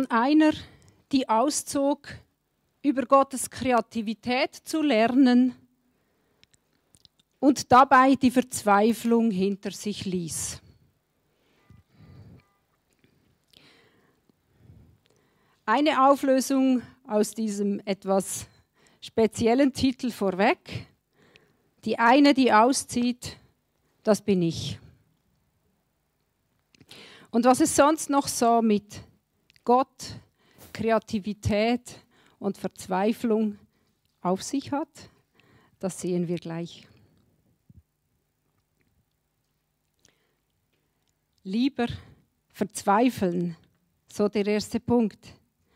einer, die auszog, über Gottes Kreativität zu lernen und dabei die Verzweiflung hinter sich ließ. Eine Auflösung aus diesem etwas speziellen Titel vorweg. Die eine, die auszieht, das bin ich. Und was es sonst noch so mit Gott, Kreativität und Verzweiflung auf sich hat, das sehen wir gleich. Lieber verzweifeln, so der erste Punkt.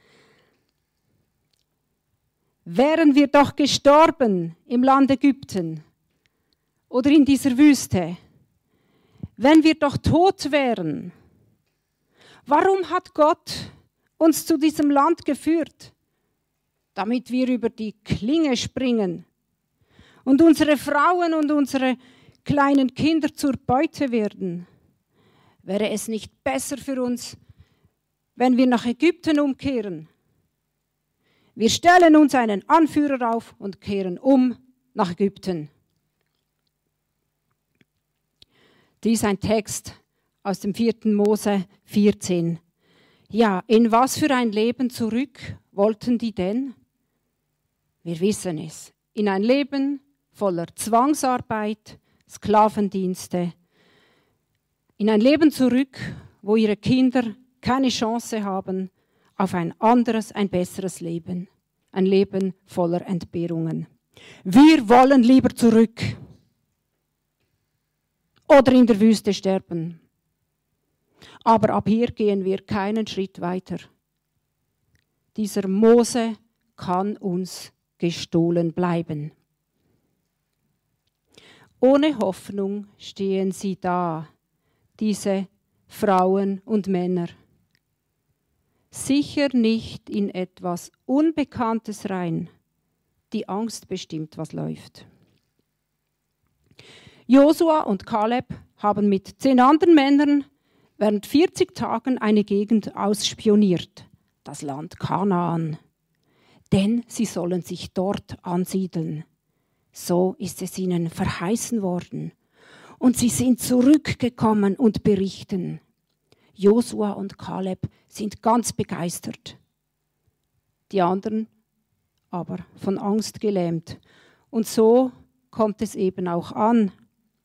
Wären wir doch gestorben im Land Ägypten oder in dieser Wüste, wenn wir doch tot wären, warum hat Gott uns zu diesem Land geführt? Damit wir über die Klinge springen und unsere Frauen und unsere kleinen Kinder zur Beute werden. Wäre es nicht besser für uns, wenn wir nach Ägypten umkehren? Wir stellen uns einen Anführer auf und kehren um nach Ägypten. Dies ist ein Text aus dem 4. Mose 14. Ja, in was für ein Leben zurück wollten die denn? Wir wissen es. In ein Leben voller Zwangsarbeit, Sklavendienste. In ein Leben zurück, wo ihre Kinder keine Chance haben auf ein anderes, ein besseres Leben. Ein Leben voller Entbehrungen. Wir wollen lieber zurück oder in der Wüste sterben. Aber ab hier gehen wir keinen Schritt weiter. Dieser Mose kann uns gestohlen bleiben. Ohne Hoffnung stehen sie da, diese Frauen und Männer. Sicher nicht in etwas Unbekanntes rein. Die Angst bestimmt, was läuft. Josua und Kaleb haben mit 10 anderen Männern während 40 Tagen eine Gegend ausspioniert, das Land Kanaan. Denn sie sollen sich dort ansiedeln. So ist es ihnen verheißen worden. Und sie sind zurückgekommen und berichten. Josua und Kaleb sind ganz begeistert. Die anderen aber von Angst gelähmt. Und so kommt es eben auch an.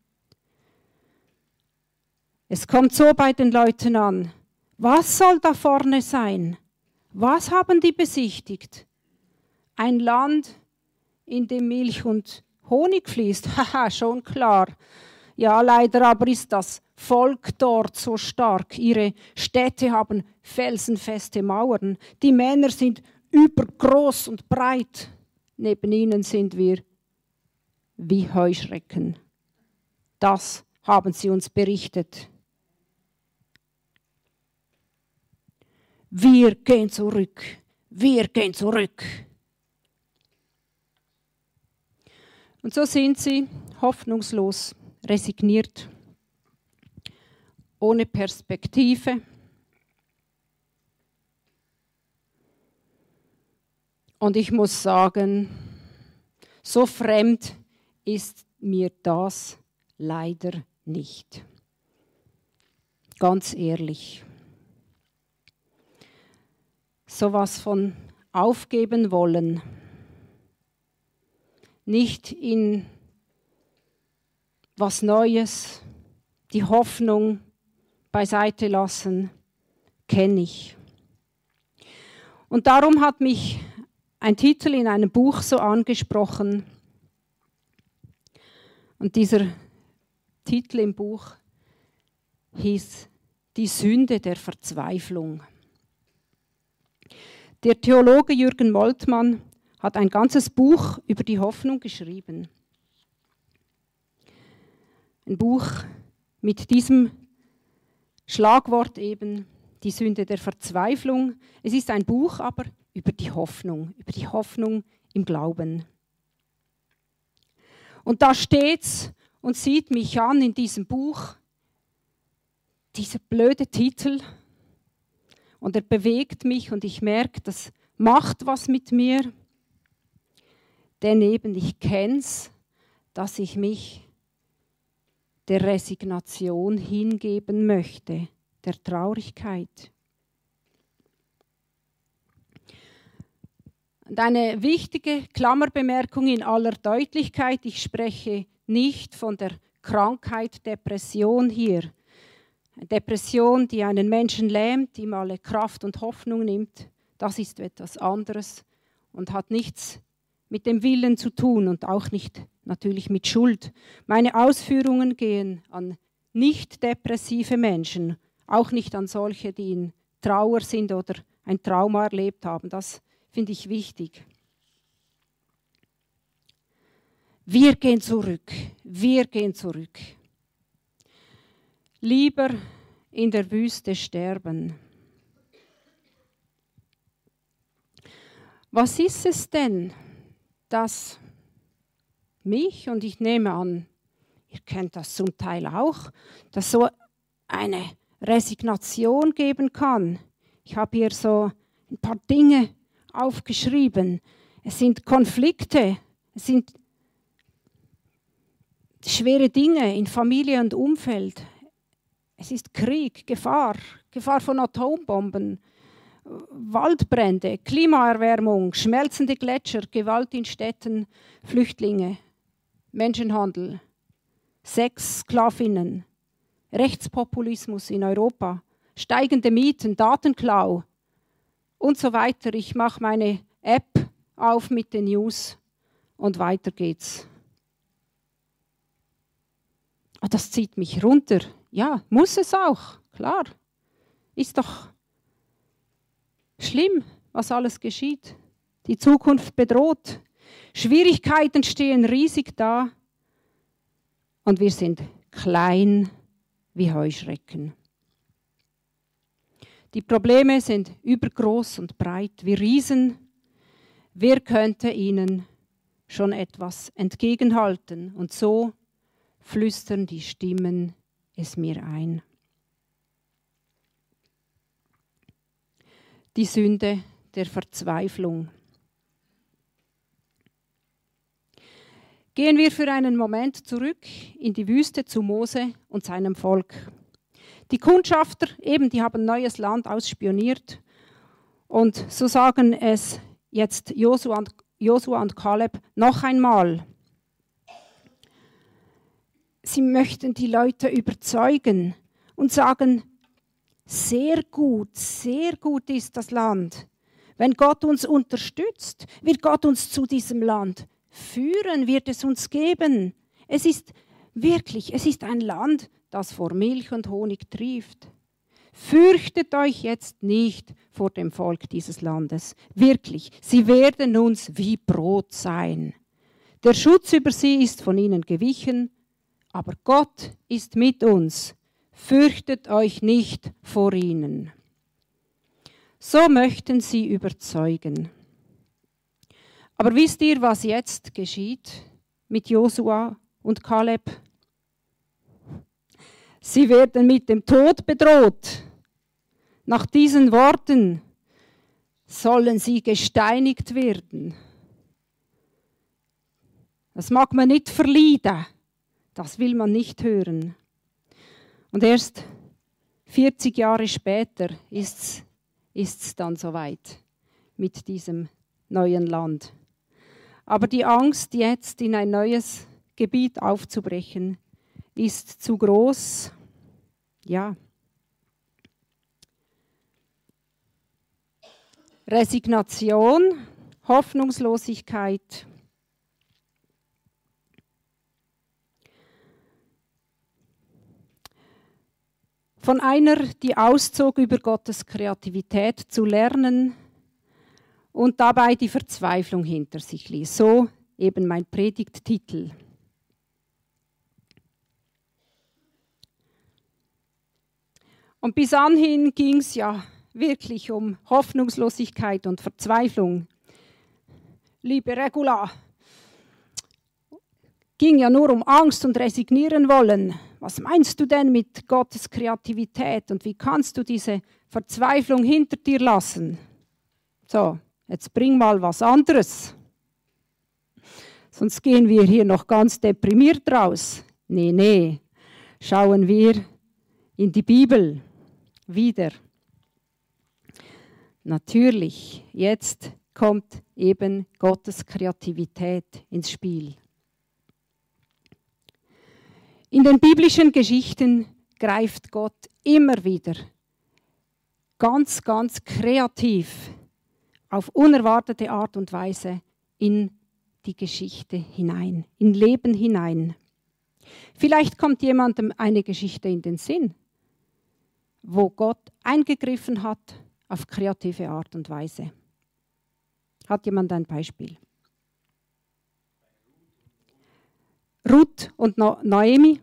Es kommt so bei den Leuten an. Was soll da vorne sein? Was haben die besichtigt? Ein Land, in dem Milch und Honig fließt. Haha, schon klar. Ja, leider aber ist das Volk dort so stark. Ihre Städte haben felsenfeste Mauern. Die Männer sind übergroß und breit. Neben ihnen sind wir wie Heuschrecken. Das haben sie uns berichtet. Wir gehen zurück. Wir gehen zurück. Und so sind sie hoffnungslos, resigniert, ohne Perspektive. Und ich muss sagen, so fremd ist mir das leider nicht. Ganz ehrlich. Sowas von aufgeben wollen, nicht in was Neues, die Hoffnung beiseite lassen, kenne ich. Und darum hat mich ein Titel in einem Buch so angesprochen. Und dieser Titel im Buch hieß Die Sünde der Verzweiflung. Der Theologe Jürgen Moltmann hat ein ganzes Buch über die Hoffnung geschrieben. Ein Buch mit diesem Schlagwort eben, die Sünde der Verzweiflung. Es ist ein Buch aber über die Hoffnung im Glauben. Und da steht's und sieht mich an in diesem Buch, dieser blöde Titel. Und er bewegt mich und ich merke, das macht was mit mir. Denn eben, ich kenne es, dass ich mich der Resignation hingeben möchte, der Traurigkeit. Und eine wichtige Klammerbemerkung in aller Deutlichkeit, ich spreche nicht von der Krankheit Depression hier. Depression, die einen Menschen lähmt, ihm alle Kraft und Hoffnung nimmt, das ist etwas anderes und hat nichts mit dem Willen zu tun und auch nicht natürlich mit Schuld. Meine Ausführungen gehen an nicht depressive Menschen, auch nicht an solche, die in Trauer sind oder ein Trauma erlebt haben. Das finde ich wichtig. Wir gehen zurück. Wir gehen zurück. Lieber in der Wüste sterben. Was ist es denn, das mich, und ich nehme an, ihr kennt das zum Teil auch, dass so eine Resignation geben kann? Ich habe hier so ein paar Dinge aufgeschrieben. Es sind Konflikte, es sind schwere Dinge in Familie und Umfeld. Es ist Krieg, Gefahr von Atombomben, Waldbrände, Klimaerwärmung, schmelzende Gletscher, Gewalt in Städten, Flüchtlinge, Menschenhandel, Sex, Sklavinnen, Rechtspopulismus in Europa, steigende Mieten, Datenklau und so weiter. Ich mache meine App auf mit den News und weiter geht's. Das zieht mich runter. Ja, muss es auch, klar. Ist doch schlimm, was alles geschieht. Die Zukunft bedroht. Schwierigkeiten stehen riesig da. Und wir sind klein wie Heuschrecken. Die Probleme sind übergroß und breit wie Riesen. Wer könnte ihnen schon etwas entgegenhalten? Und so flüstern die Stimmen es mir ein. Die Sünde der Verzweiflung. Gehen wir für einen Moment zurück in die Wüste zu Mose und seinem Volk. Die Kundschafter, eben, die haben neues Land ausspioniert und so sagen es jetzt Josua und Kaleb noch einmal. Sie möchten die Leute überzeugen und sagen, sehr gut ist das Land. Wenn Gott uns unterstützt, wird Gott uns zu diesem Land führen, wird es uns geben. Es ist ein Land, das vor Milch und Honig trieft. Fürchtet euch jetzt nicht vor dem Volk dieses Landes. Wirklich, sie werden uns wie Brot sein. Der Schutz über sie ist von ihnen gewichen, aber Gott ist mit uns. Fürchtet euch nicht vor ihnen. So möchten sie überzeugen. Aber wisst ihr, was jetzt geschieht mit Josua und Kaleb? Sie werden mit dem Tod bedroht. Nach diesen Worten sollen sie gesteinigt werden. Das mag man nicht verleiden. Das will man nicht hören. Und erst 40 Jahre später ist es dann soweit mit diesem neuen Land. Aber die Angst, jetzt in ein neues Gebiet aufzubrechen, ist zu groß. Ja. Resignation, Hoffnungslosigkeit. Von einer, die auszog, über Gottes Kreativität zu lernen und dabei die Verzweiflung hinter sich ließ. So eben mein Predigttitel. Und bis anhin ging es ja wirklich um Hoffnungslosigkeit und Verzweiflung. Liebe Regula, ging ja nur um Angst und resignieren wollen. Was meinst du denn mit Gottes Kreativität und wie kannst du diese Verzweiflung hinter dir lassen? So, jetzt bring mal was anderes. Sonst gehen wir hier noch ganz deprimiert raus. Nee, schauen wir in die Bibel wieder. Natürlich, jetzt kommt eben Gottes Kreativität ins Spiel. In den biblischen Geschichten greift Gott immer wieder ganz kreativ auf unerwartete Art und Weise in die Geschichte hinein, in Leben hinein. Vielleicht kommt jemandem eine Geschichte in den Sinn, wo Gott eingegriffen hat auf kreative Art und Weise. Hat jemand ein Beispiel? Ruth und Naomi.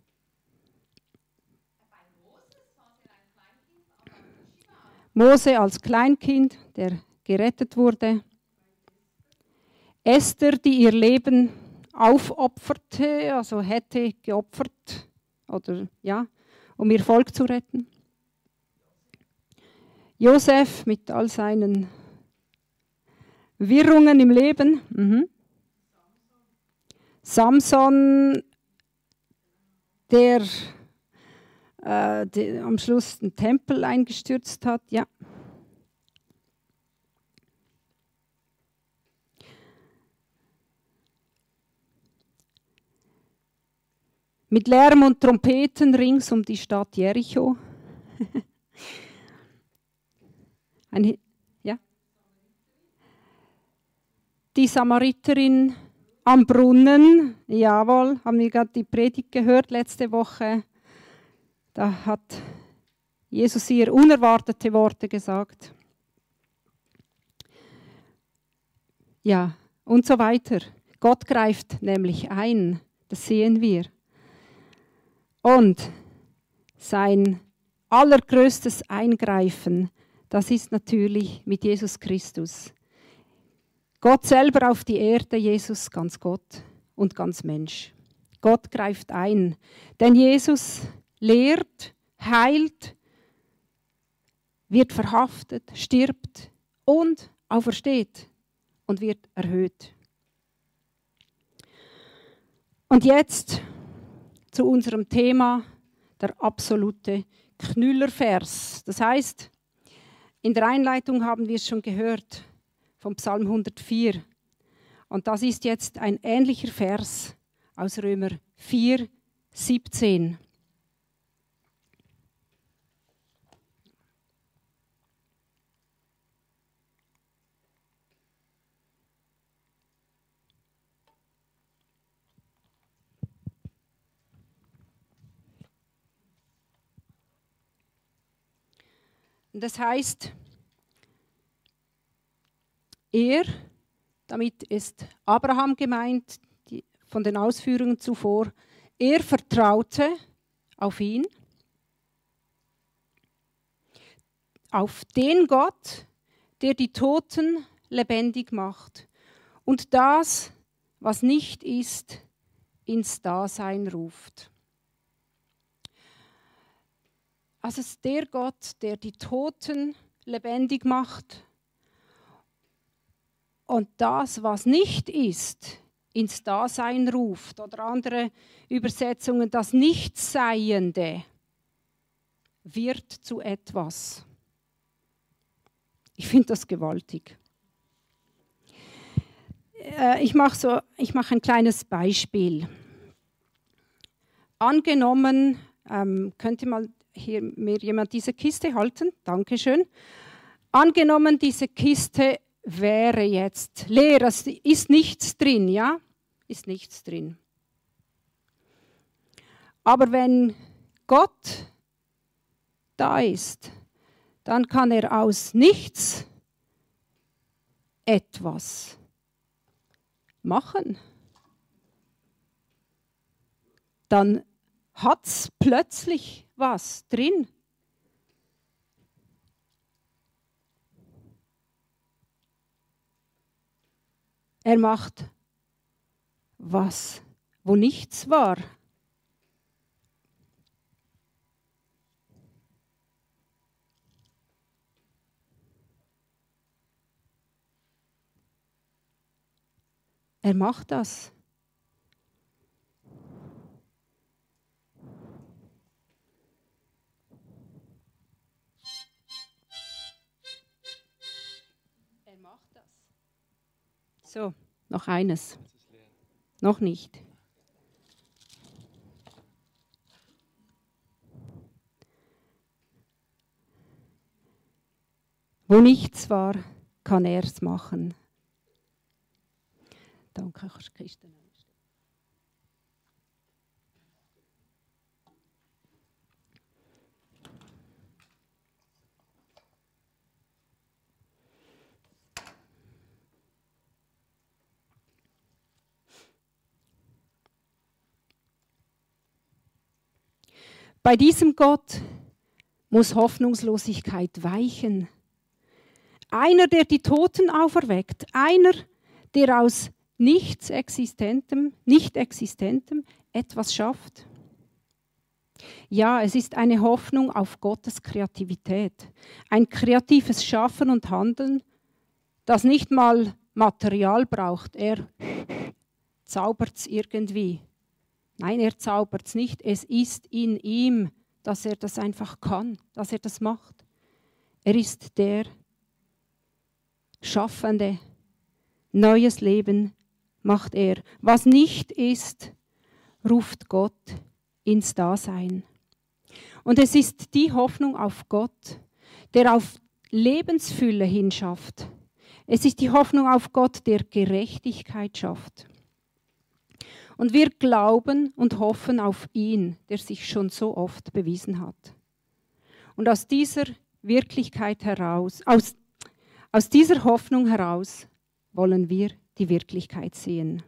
Mose als Kleinkind, der gerettet wurde. Esther, die ihr Leben aufopferte, also hätte geopfert, oder, ja, um ihr Volk zu retten. Josef mit all seinen Wirrungen im Leben. Samson, der am Schluss den Tempel eingestürzt hat. Ja. Mit Lärm und Trompeten rings um die Stadt Jericho. Ja. Die Samariterin am Brunnen, jawohl, haben wir gerade die Predigt gehört letzte Woche. Da hat Jesus ihr unerwartete Worte gesagt. Ja, und so weiter. Gott greift nämlich ein, das sehen wir. Und sein allergrößtes Eingreifen, das ist natürlich mit Jesus Christus. Gott selber auf die Erde, Jesus ganz Gott und ganz Mensch. Gott greift ein, denn Jesus lehrt, heilt, wird verhaftet, stirbt und aufersteht und wird erhöht. Und jetzt zu unserem Thema, der absolute Knüllervers. Das heißt, in der Einleitung haben wir es schon gehört, vom Psalm 104. Und das ist jetzt ein ähnlicher Vers aus Römer 4, 17. Das heißt, er, damit ist Abraham gemeint, von den Ausführungen zuvor, er vertraute auf ihn, auf den Gott, der die Toten lebendig macht und das, was nicht ist, ins Dasein ruft. Also es ist der Gott, der die Toten lebendig macht und das, was nicht ist, ins Dasein ruft. Oder andere Übersetzungen, das Nichtseiende wird zu etwas. Ich finde das gewaltig. Ich mache ein kleines Beispiel. Angenommen, könnte mal hier mir jemand diese Kiste halten? Dankeschön. Angenommen, diese Kiste wäre jetzt leer, es ist nichts drin, ja? Ist nichts drin. Aber wenn Gott da ist, dann kann er aus nichts etwas machen. Dann hat es plötzlich was drin. Er macht was wo nichts war. Er macht das. Er macht das. So, noch eines. Noch nicht. Wo nichts war, kann er es machen. Danke, Christen. Bei diesem Gott muss Hoffnungslosigkeit weichen. Einer, der die Toten auferweckt, einer, der aus nicht Existentem etwas schafft. Ja, es ist eine Hoffnung auf Gottes Kreativität. Ein kreatives Schaffen und Handeln, das nicht mal Material braucht. Er zaubert es irgendwie. Nein, er zaubert es nicht. Es ist in ihm, dass er das einfach kann, dass er das macht. Er ist der Schaffende. Neues Leben macht er. Was nicht ist, ruft Gott ins Dasein. Und es ist die Hoffnung auf Gott, der auf Lebensfülle hinschafft. Es ist die Hoffnung auf Gott, der Gerechtigkeit schafft. Und wir glauben und hoffen auf ihn, der sich schon so oft bewiesen hat. Und aus dieser Wirklichkeit heraus, aus dieser Hoffnung heraus, wollen wir die Wirklichkeit sehen.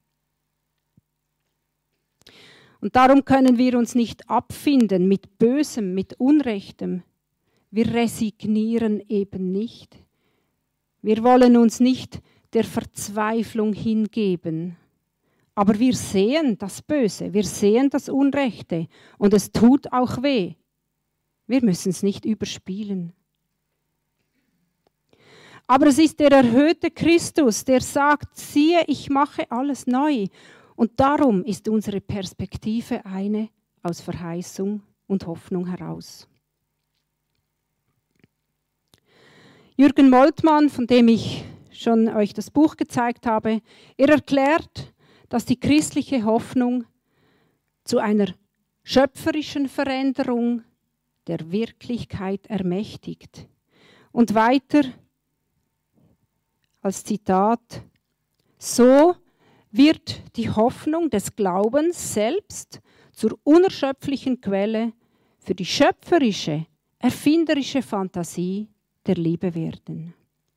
Und darum können wir uns nicht abfinden mit Bösem, mit Unrechtem. Wir resignieren eben nicht. Wir wollen uns nicht der Verzweiflung hingeben. Aber wir sehen das Böse, wir sehen das Unrechte und es tut auch weh. Wir müssen es nicht überspielen. Aber es ist der erhöhte Christus, der sagt, siehe, ich mache alles neu. Und darum ist unsere Perspektive eine aus Verheißung und Hoffnung heraus. Jürgen Moltmann, von dem ich schon euch das Buch gezeigt habe, er erklärt, dass die christliche Hoffnung zu einer schöpferischen Veränderung der Wirklichkeit ermächtigt. Und weiter als Zitat, so wird die Hoffnung des Glaubens selbst zur unerschöpflichen Quelle für die schöpferische, erfinderische Fantasie der Liebe werden.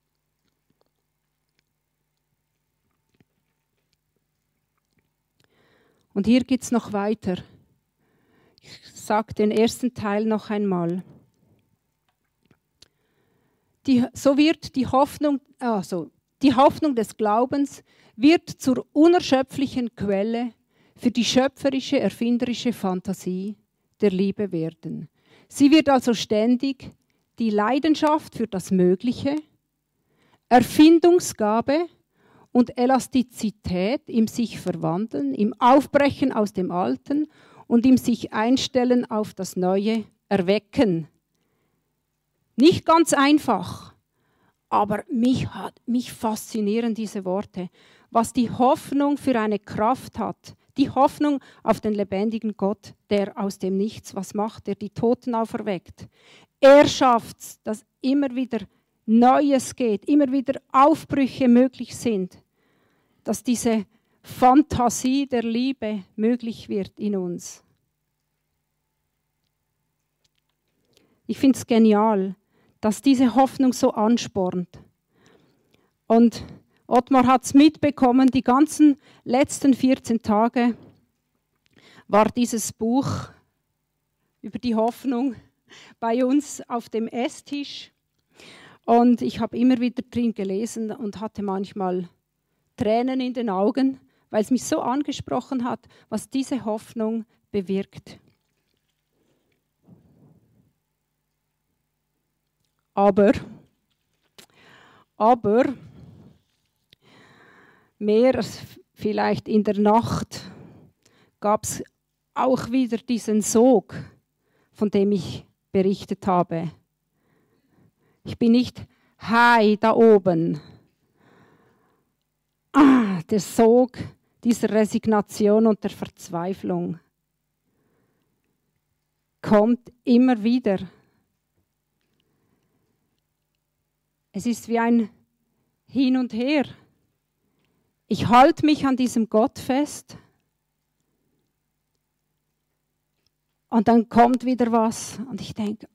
Und hier geht es noch weiter. Ich sage den ersten Teil noch einmal. So wird die Hoffnung des Glaubens wird zur unerschöpflichen Quelle für die schöpferische, erfinderische Fantasie der Liebe werden. Sie wird also ständig die Leidenschaft für das Mögliche, Erfindungsgabe und Elastizität im sich verwandeln, im Aufbrechen aus dem Alten und im sich einstellen auf das Neue erwecken. Nicht ganz einfach, aber mich faszinieren diese Worte. Was die Hoffnung für eine Kraft hat, die Hoffnung auf den lebendigen Gott, der aus dem Nichts was macht, der die Toten auferweckt. Er schafft es, dass immer wieder Neues geht, immer wieder Aufbrüche möglich sind, dass diese Fantasie der Liebe möglich wird in uns. Ich finde es genial, dass diese Hoffnung so anspornt. Und Ottmar hat es mitbekommen, die ganzen letzten 14 Tage war dieses Buch über die Hoffnung bei uns auf dem Esstisch. Und ich habe immer wieder drin gelesen und hatte manchmal Tränen in den Augen, weil es mich so angesprochen hat, was diese Hoffnung bewirkt. Aber mehr als vielleicht in der Nacht gab es auch wieder diesen Sog, von dem ich berichtet habe. Ich bin nicht high da oben. Der Sog dieser Resignation und der Verzweiflung kommt immer wieder. Es ist wie ein Hin und Her. Ich halte mich an diesem Gott fest und dann kommt wieder was und ich denke,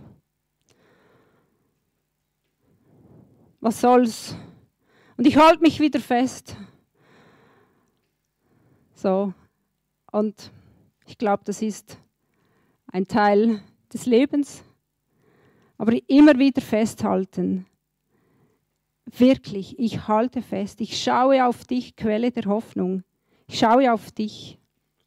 was soll's? Und ich halte mich wieder fest. So, und ich glaube, das ist ein Teil des Lebens. Aber immer wieder festhalten. Wirklich, ich halte fest. Ich schaue auf dich, Quelle der Hoffnung. Ich schaue auf dich.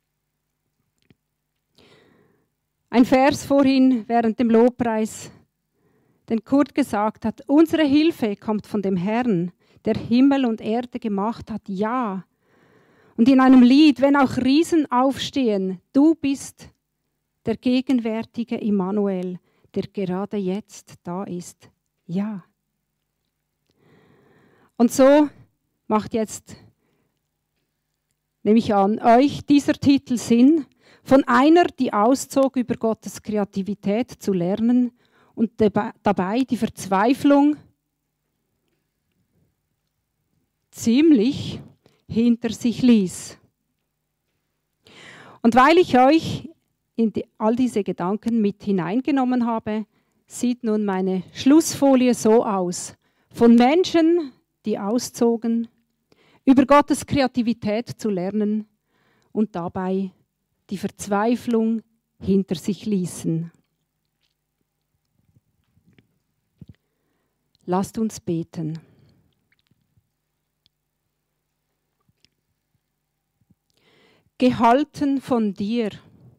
Ein Vers vorhin während dem Lobpreis, den Kurt gesagt hat, unsere Hilfe kommt von dem Herrn, der Himmel und Erde gemacht hat. Ja. Und in einem Lied, wenn auch Riesen aufstehen, du bist der gegenwärtige Immanuel, der gerade jetzt da ist. Ja. Und so macht jetzt, nehme ich an, euch dieser Titel Sinn, von einer, die auszog, über Gottes Kreativität zu lernen und dabei die Verzweiflung ziemlich hinter sich ließ. Und weil ich euch in all diese Gedanken mit hineingenommen habe, sieht nun meine Schlussfolie so aus. Von Menschen, die auszogen, über Gottes Kreativität zu lernen und dabei die Verzweiflung hinter sich ließen. Lasst uns beten. Gehalten von dir.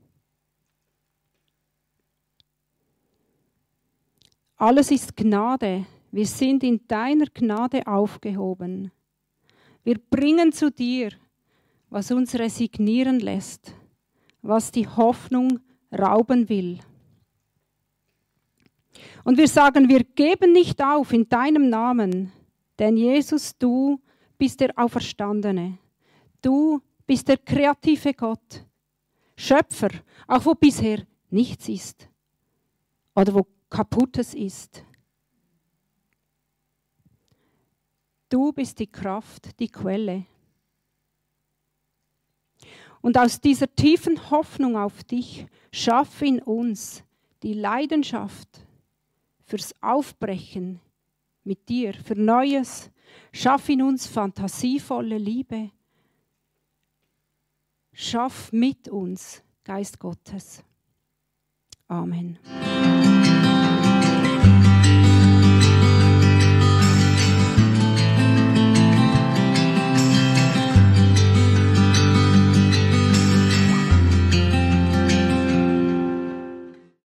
Alles ist Gnade. Wir sind in deiner Gnade aufgehoben. Wir bringen zu dir, was uns resignieren lässt, was die Hoffnung rauben will. Und wir sagen, wir geben nicht auf in deinem Namen, denn Jesus, du bist der Auferstandene. Du bist der kreative Gott, Schöpfer, auch wo bisher nichts ist oder wo Kaputtes ist. Du bist die Kraft, die Quelle. Und aus dieser tiefen Hoffnung auf dich, schaff in uns die Leidenschaft fürs Aufbrechen mit dir, für Neues. Schaff in uns fantasievolle Liebe. Schaff mit uns, Geist Gottes. Amen.